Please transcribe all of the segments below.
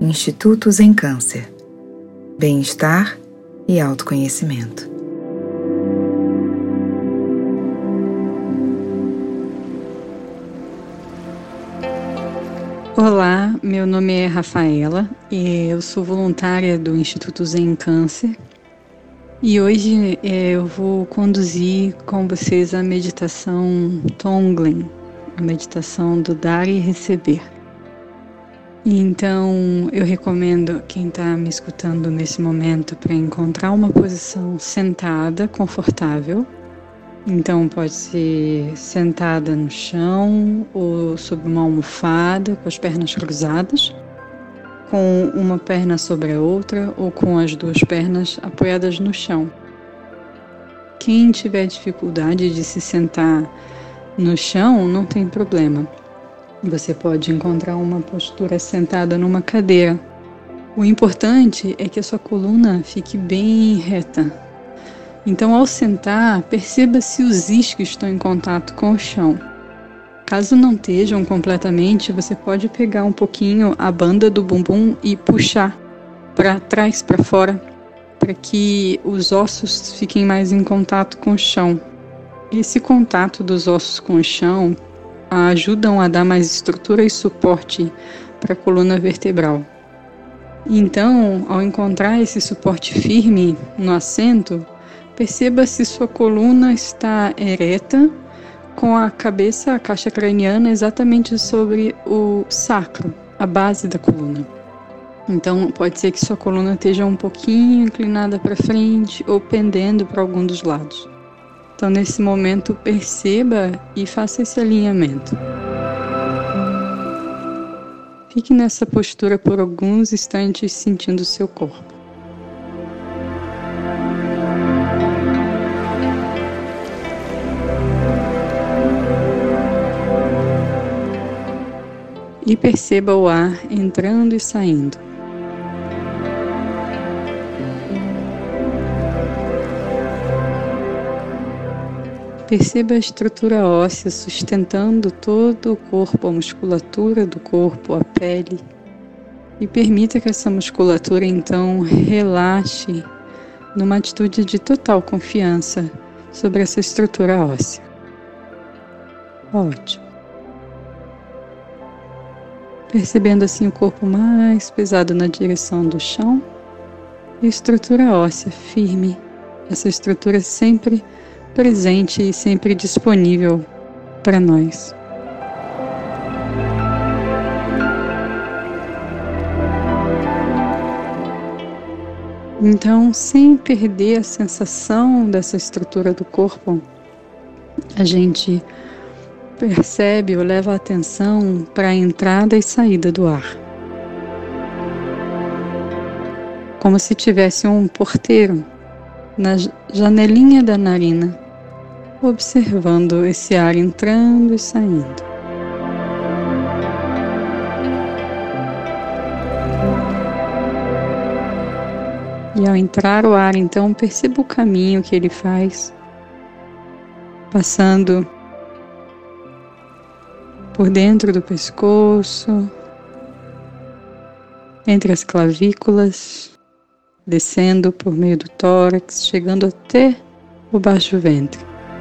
Institutos em Câncer, Bem-Estar e Autoconhecimento. Olá, meu nome é Rafaela e eu sou voluntária do Instituto Zen Câncer e hoje eu vou conduzir com vocês a meditação Tonglen, a meditação do dar e receber. Então eu recomendo quem está me escutando nesse momento para encontrar uma posição sentada, confortável. Então pode ser sentada no chão ou sobre uma almofada com as pernas cruzadas, com uma perna sobre a outra ou com as duas pernas apoiadas no chão. Quem tiver dificuldade de se sentar no chão, não tem problema. Você pode encontrar uma postura sentada numa cadeira. O importante é que a sua coluna fique bem reta. Então, ao sentar, perceba se os isquios estão em contato com o chão. Caso não estejam completamente, você pode pegar um pouquinho a banda do bumbum e puxar para trás, para fora, para que os ossos fiquem mais em contato com o chão. Esse contato dos ossos com o chão ajudam a dar mais estrutura e suporte para a coluna vertebral. Então, ao encontrar esse suporte firme no assento, perceba se sua coluna está ereta, com a cabeça, a caixa craniana, exatamente sobre o sacro, a base da coluna. Então, pode ser que sua coluna esteja um pouquinho inclinada para frente ou pendendo para algum dos lados. Então, nesse momento, perceba e faça esse alinhamento. Fique nessa postura por alguns instantes, sentindo o seu corpo. E perceba o ar entrando e saindo. Perceba a estrutura óssea sustentando todo o corpo, a musculatura do corpo, a pele. E permita que essa musculatura então relaxe numa atitude de total confiança sobre essa estrutura óssea. Ótimo. Percebendo assim o corpo mais pesado na direção do chão e a estrutura óssea firme, essa estrutura sempre presente e sempre disponível para nós. Então, sem perder a sensação dessa estrutura do corpo, a gente percebe ou leva a atenção para a entrada e saída do ar. Como se tivesse um porteiro na janelinha da narina, observando esse ar entrando e saindo. E ao entrar o ar, então, perceba o caminho que ele faz, passando por dentro do pescoço, entre as clavículas, descendo por meio do tórax, chegando até o baixo ventre.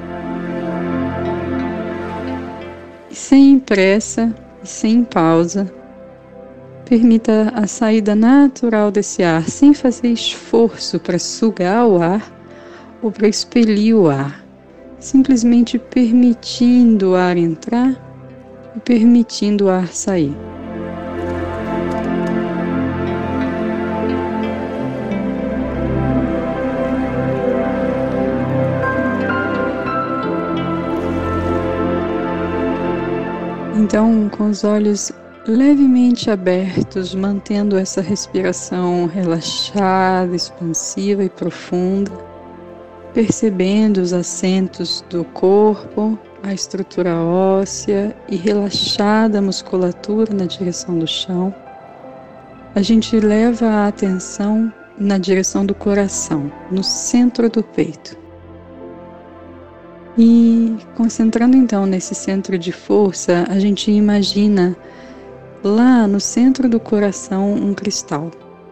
E sem pressa e sem pausa, permita a saída natural desse ar, sem fazer esforço para sugar o ar ou para expelir o ar, simplesmente permitindo o ar entrar e permitindo o ar sair. Então, com os olhos levemente abertos, mantendo essa respiração relaxada, expansiva e profunda, percebendo os assentos do corpo, a estrutura óssea e relaxada a musculatura na direção do chão, a gente leva a atenção na direção do coração, no centro do peito. E concentrando então nesse centro de força, a gente imagina lá no centro do coração um cristal.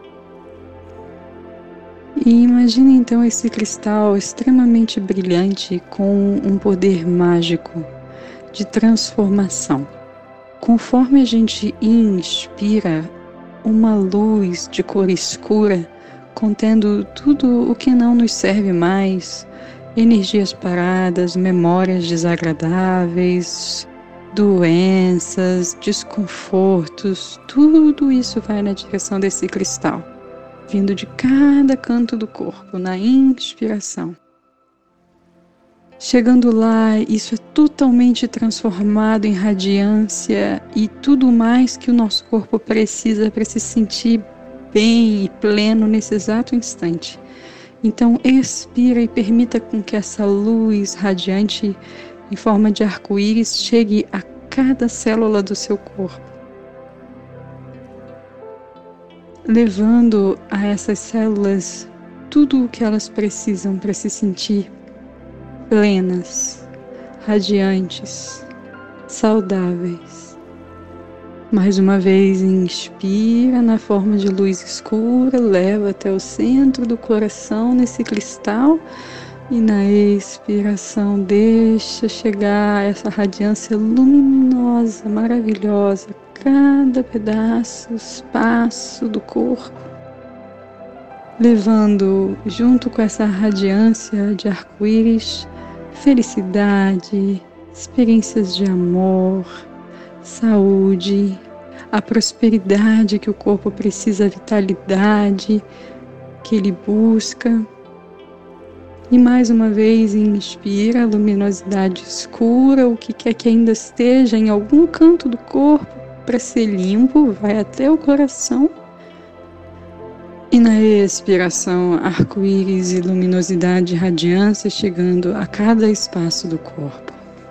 E imagine então esse cristal extremamente brilhante com um poder mágico de transformação. Conforme a gente inspira, uma luz de cor escura, contendo tudo o que não nos serve mais, energias paradas, memórias desagradáveis, doenças, desconfortos, tudo isso vai na direção desse cristal, vindo de cada canto do corpo, na inspiração. Chegando lá, isso é totalmente transformado em radiância e tudo mais que o nosso corpo precisa para se sentir bem e pleno nesse exato instante. Então, expira e permita com que essa luz radiante em forma de arco-íris chegue a cada célula do seu corpo, levando a essas células tudo o que elas precisam para se sentir plenas, radiantes, saudáveis. Mais uma vez, inspira na forma de luz escura, leva até o centro do coração nesse cristal e na expiração deixa chegar essa radiância luminosa, maravilhosa, cada pedaço, espaço do corpo, levando junto com essa radiância de arco-íris felicidade, experiências de amor, saúde, a prosperidade que o corpo precisa, a vitalidade que ele busca. E mais uma vez inspira a luminosidade escura, o que quer que ainda esteja em algum canto do corpo para ser limpo, vai até o coração. E na expiração, arco-íris e luminosidade e radiância chegando a cada espaço do corpo.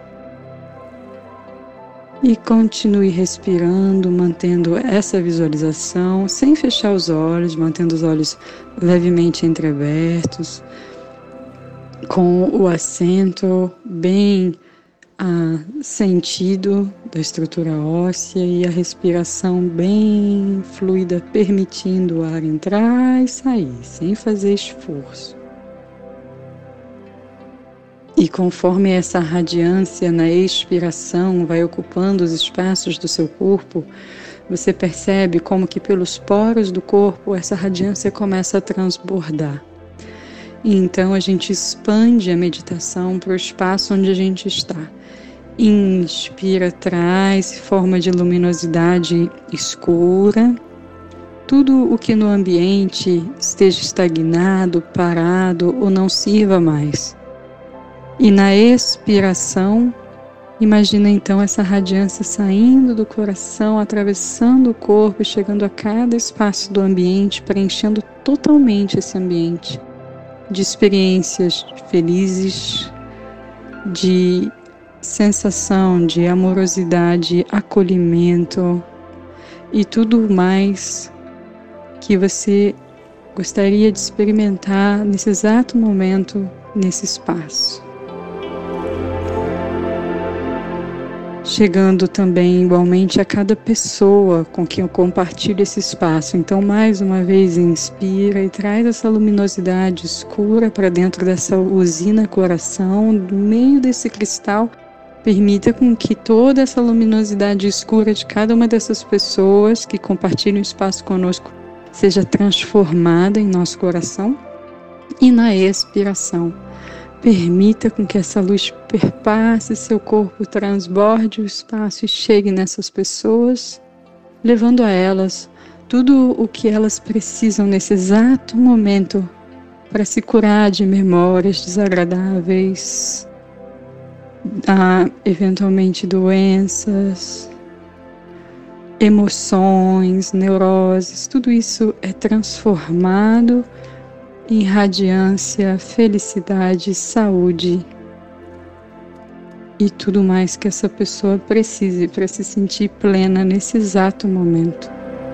E continue respirando, mantendo essa visualização, sem fechar os olhos, mantendo os olhos levemente entreabertos, com o assento bem sentido da estrutura óssea e a respiração bem fluida, permitindo o ar entrar e sair, sem fazer esforço. E conforme essa radiância na expiração vai ocupando os espaços do seu corpo, você percebe como que pelos poros do corpo essa radiância começa a transbordar. E então a gente expande a meditação para o espaço onde a gente está. Inspira, traz forma de luminosidade escura, tudo o que no ambiente esteja estagnado, parado ou não sirva mais. E na expiração, imagina então essa radiância saindo do coração, atravessando o corpo e chegando a cada espaço do ambiente, preenchendo totalmente esse ambiente de experiências felizes, de sensação de amorosidade, acolhimento e tudo mais que você gostaria de experimentar nesse exato momento, nesse espaço. Chegando também igualmente a cada pessoa com quem eu compartilho esse espaço. Então, mais uma vez, inspira e traz essa luminosidade escura para dentro dessa usina coração, no meio desse cristal. Permita com que toda essa luminosidade escura de cada uma dessas pessoas que compartilham o espaço conosco seja transformada em nosso coração. E na expiração, permita com que essa luz perpasse seu corpo, transborde o espaço e chegue nessas pessoas, levando a elas tudo o que elas precisam nesse exato momento para se curar de memórias desagradáveis, eventualmente doenças, emoções, neuroses, tudo isso é transformado em radiância, felicidade, saúde e tudo mais que essa pessoa precise para se sentir plena nesse exato momento.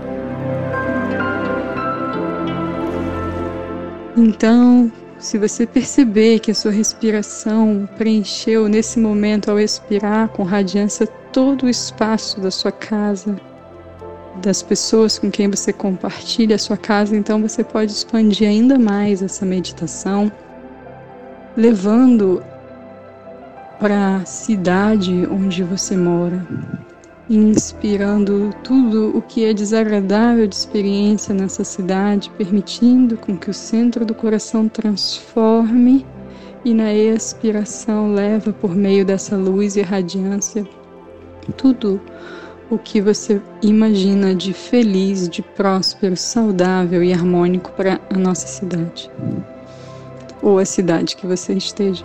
Então, se você perceber que a sua respiração preencheu nesse momento ao expirar com radiância todo o espaço da sua casa, das pessoas com quem você compartilha a sua casa. Então você pode expandir ainda mais essa meditação, levando para a cidade onde você mora, inspirando tudo o que é desagradável de experiência nessa cidade, permitindo com que o centro do coração transforme e na expiração leva por meio dessa luz e radiância tudo o que você imagina de feliz, de próspero, saudável e harmônico para a nossa cidade, ou a cidade que você esteja.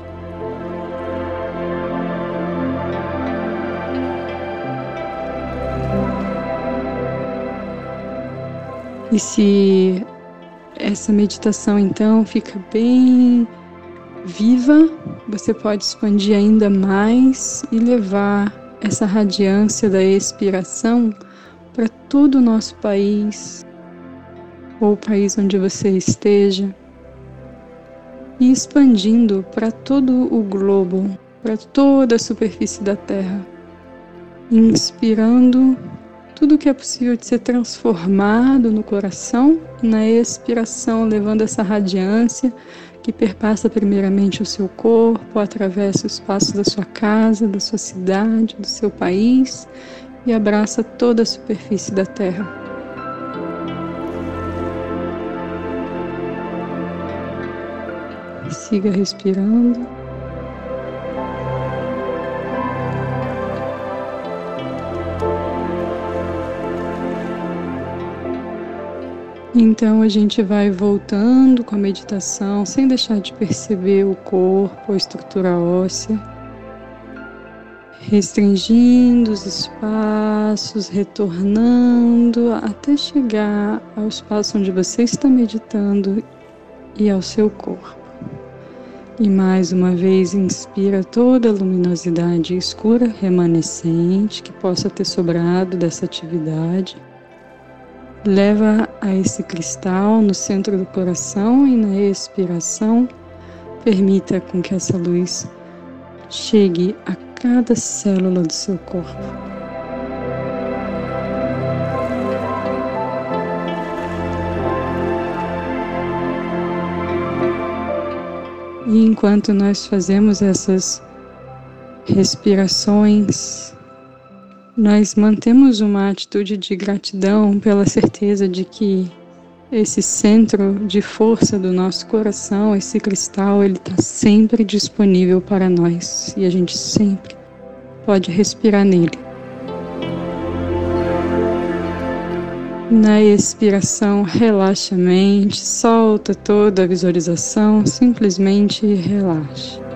E se essa meditação então fica bem viva, você pode expandir ainda mais e levar essa radiância da expiração para todo o nosso país, ou o país onde você esteja, e expandindo para todo o globo, para toda a superfície da Terra, inspirando tudo que é possível de ser transformado no coração e na expiração, levando essa radiância que perpassa primeiramente o seu corpo, atravessa o espaço da sua casa, da sua cidade, do seu país e abraça toda a superfície da Terra. Siga respirando. Então a gente vai voltando com a meditação, sem deixar de perceber o corpo, a estrutura óssea, restringindo os espaços, retornando até chegar ao espaço onde você está meditando e ao seu corpo. E mais uma vez inspira toda a luminosidade escura remanescente que possa ter sobrado dessa atividade. Leva a esse cristal no centro do coração e na expiração, permita com que essa luz chegue a cada célula do seu corpo. E enquanto nós fazemos essas respirações, nós mantemos uma atitude de gratidão pela certeza de que esse centro de força do nosso coração, esse cristal, ele está sempre disponível para nós e a gente sempre pode respirar nele. Na expiração, relaxa a mente, solta toda a visualização, simplesmente relaxa.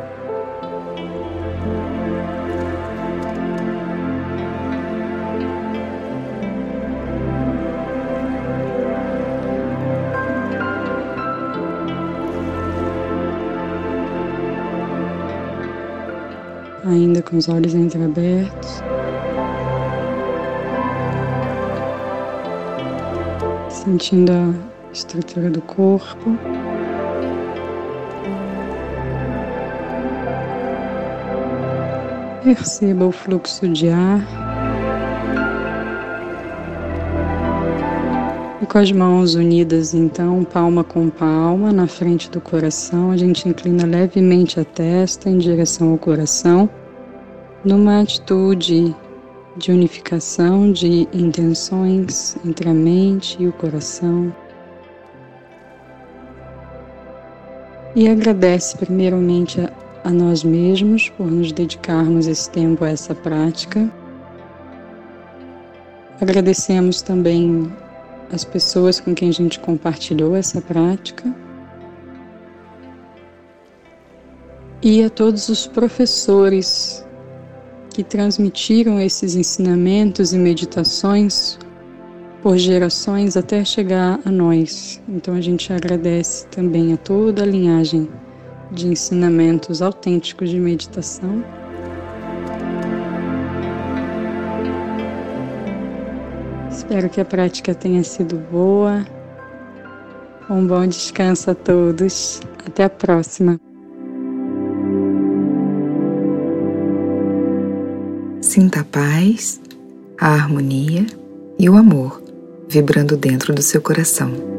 Ainda com os olhos entreabertos, sentindo a estrutura do corpo, perceba o fluxo de ar e com as mãos unidas então, palma com palma, na frente do coração, a gente inclina levemente a testa em direção ao coração, numa atitude de unificação de intenções entre a mente e o coração. E agradece primeiramente a nós mesmos por nos dedicarmos esse tempo a essa prática. Agradecemos também as pessoas com quem a gente compartilhou essa prática. E a todos os professores que transmitiram esses ensinamentos e meditações por gerações até chegar a nós. Então a gente agradece também a toda a linhagem de ensinamentos autênticos de meditação. Espero que a prática tenha sido boa. Um bom descanso a todos. Até a próxima. Sinta a paz, a harmonia e o amor vibrando dentro do seu coração.